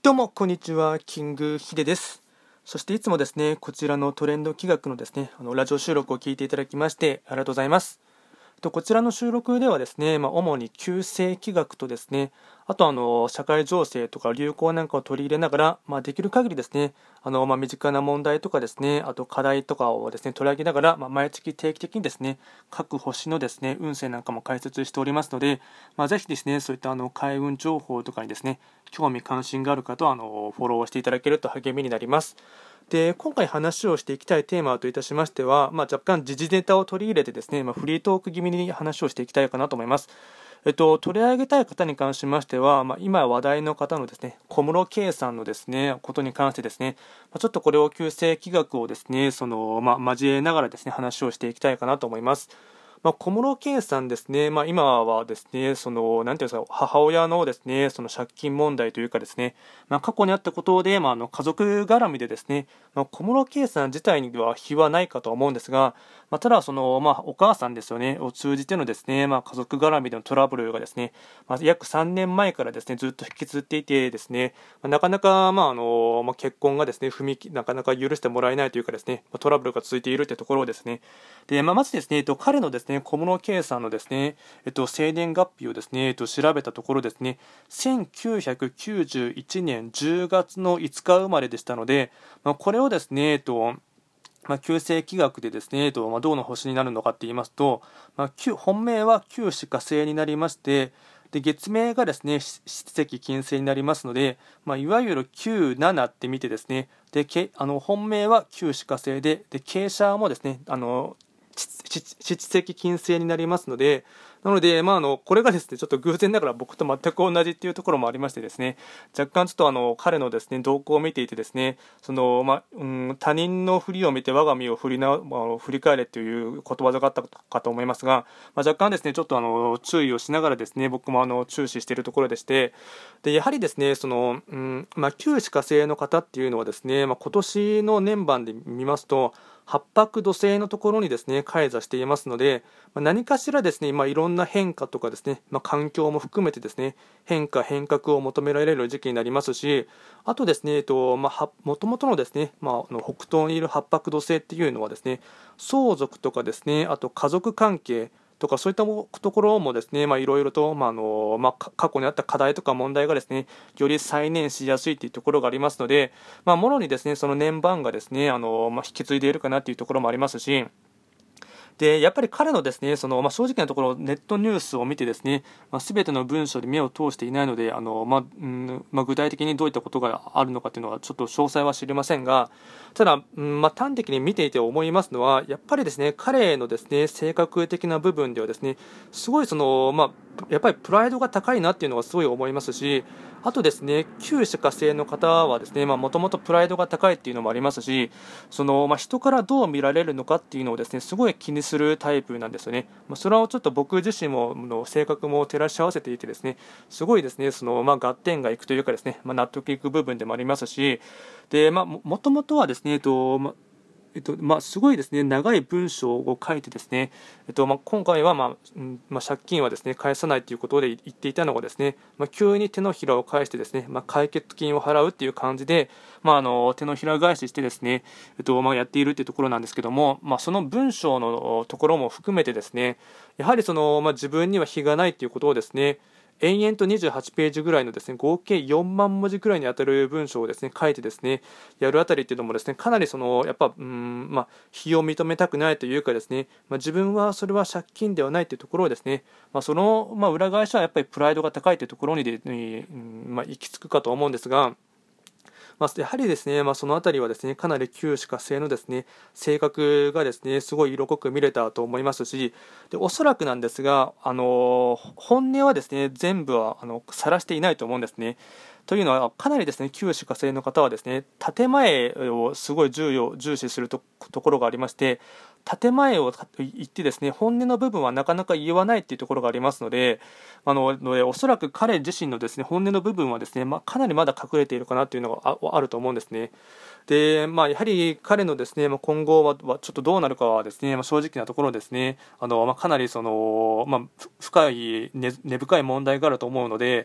どうもこんにちは、キングヒデです。そしていつもですね、こちらのトレンド企画のですね、ラジオ収録を聞いていただきましてありがとうございます。こちらの収録ではですね、主に旧世紀学とですね、あと社会情勢とか流行なんかを取り入れながら、できる限りですね、身近な問題とかですね、あと課題とかをですね、取り上げながら、毎月定期的にですね、各星のですね、運勢なんかも解説しておりますので、ぜひですね、そういった開運情報とかにですね、興味関心がある方はフォローしていただけると励みになります。で今回話をしていきたいテーマといたしましては、若干時事ネタを取り入れてですね、フリートーク気味に話をしていきたいかなと思います。取り上げたい方に関しましては、今話題の方のですね、小室圭さんのですね、ことに関してですね、ちょっとこれを旧世紀学をですね、交えながらですね、話をしていきたいかなと思います。小室圭さんですね、今はですね、なんていうんですか、母親のですね、借金問題というかですね、過去にあったことで、家族絡みでですね、小室圭さん自体には非はないかとは思うんですが、ただお母さんですよね、を通じてのですね、家族絡みでのトラブルがですね、約3年前からですね、ずっと引きずっていてですね、なかなか、結婚がですね、なかなか許してもらえないというかですね、トラブルが続いているというところですね。で、まずですね、彼のですね、小室圭さんのですね、生年月日をですね、調べたところですね、1991年10月の5日生まれでしたので、これをですね、旧世紀学でですね、どの星になるのかって言いますと、本命は旧歯科星になりまして、で月命がですね、七石金星になりますので、いわゆる9、7って見てですね、で本命は旧歯科星で、傾斜もですね、七石金星になりますので、なので、これがですね、ちょっと偶然ながら僕と全く同じっていうところもありましてですね、若干ちょっと彼のですね、動向を見ていてですね、他人の振りを見て我が身を振り返れということわざがあったかと思いますが、若干ですね、ちょっと注意をしながらですね、僕も注視しているところでして、で、やはりですね、旧歯科星の方っていうのはですね、今年の年番で見ますと、八白土星のところにですね、開座していますので、何かしらですね、いろんな変化とかですね、環境も含めてですね、変革を求められる時期になりますし、あとですね、もともとのですね、北東にいる八白土星っていうのはですね、相続とかですね、あと家族関係とかそういったところもですね、いろいろと、過去にあった課題とか問題がですね、より再燃しやすいというところがありますので、もろにですね、その年番がですね、引き継いでいるかなというところもありますし、でやっぱり彼のですね正直なところネットニュースを見てですね、全ての文章に目を通していないので具体的にどういったことがあるのかというのはちょっと詳細は知りませんが、ただ、端的に見ていて思いますのはやっぱりですね彼のですね性格的な部分ではですねすごいやっぱりプライドが高いなっていうのがすごい思いますし、あとですね旧歯科星の方はですねもともとプライドが高いっていうのもありますし、人からどう見られるのかっていうのをですねすごい気にするタイプなんですよね。それはちょっと僕自身もの性格も照らし合わせていてですねすごいですね合点がいくというかですね、納得いく部分でもありますし、でもともとはですねすごいですね長い文章を書いてですね、今回は、借金はですね返さないということで言っていたのがですね、急に手のひらを返してですね、解決金を払うっていう感じで、手のひら返ししてですね、やっているというところなんですけども、その文章のところも含めてですね、やはり自分には非がないということをですね延々と28ページぐらいのですね合計4万文字ぐらいに当たる文章をですね書いてですねやるあたりっていうのもですねかなりやっぱ非を認めたくないというかですね、自分はそれは借金ではないというところをですね、裏返しはやっぱりプライドが高いというところに行き着くかと思うんですが、やはりですね、そのあたりはですね、かなり旧歯科星のですね、性格がですね、すごい色濃く見れたと思いますし、でおそらくなんですが、本音はですね、全部は晒していないと思うんですね。というのは、かなりですね、旧歯科星の方はですね、建前をすごい重視するところがありまして、建前を言ってですね、本音の部分はなかなか言わないっていうところがありますので、おそらく彼自身のですね、本音の部分はですね、かなりまだ隠れているかなというのがあると思うんですね。で、やはり彼のですね、今後はちょっとどうなるかはですね、正直なところですね、かなり深い根深い問題があると思うので、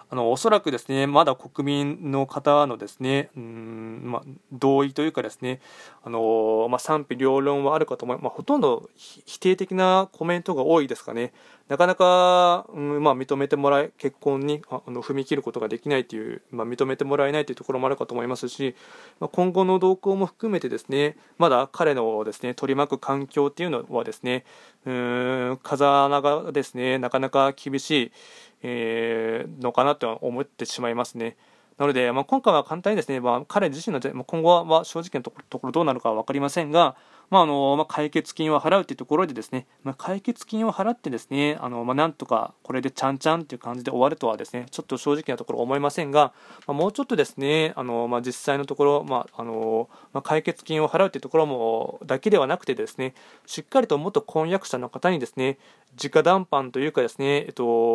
おそらくですね、まだ国民の方のですね、同意というかですね、賛否両論はあるかと思います。ほとんど否定的なコメントが多いですかね。なかなか、認めてもらえ、結婚に踏み切ることができないという、認めてもらえないというところもあるかと思いますし、今後の動向も含めてですね、まだ彼のですね、取り巻く環境っていうのはですね、風穴がですね、なかなか厳しい、のかなとは思ってしまいますね。なので、今回は簡単にですね、彼自身の今後は正直なところどうなるかは分かりませんが、解決金を払うというところでですね、解決金を払ってですね、なんとかこれでちゃんちゃんという感じで終わるとはですね、ちょっと正直なところ思いませんが、もうちょっとですね、実際のところ、解決金を払うというところもだけではなくてですね、しっかりと元婚約者の方にですね、直談判というかですね、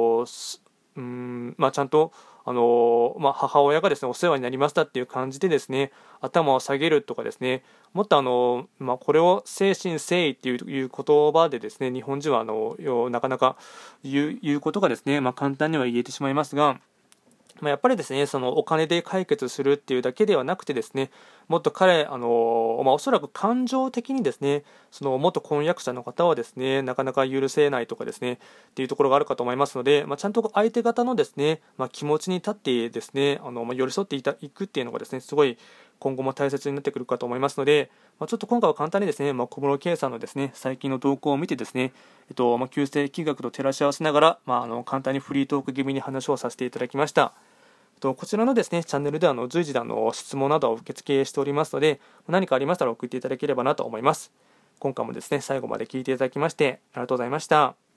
ちゃんと母親がですねお世話になりましたっていう感じでですね頭を下げるとかですね、もっとこれを誠心誠意っていう言葉でですね日本人はなかなか言うことがですね、簡単には言えてしまいますが、やっぱりですね、そのお金で解決するっていうだけではなくてですね、もっとおそらく感情的にですね、その元婚約者の方はですね、なかなか許せないとかですね、っていうところがあるかと思いますので、ちゃんと相手方のですね、気持ちに立ってですね、寄り添っていくっていうのがですね、すごい今後も大切になってくるかと思いますので、ちょっと今回は簡単にですね、小室圭さんのですね、最近の動向を見てですね、旧世紀学と照らし合わせながら、簡単にフリートーク気味に話をさせていただきました。こちらのですねチャンネルでは随時質問などを受付しておりますので、何かありましたら送っていただければなと思います。今回もですね最後まで聞いていただきましてありがとうございました。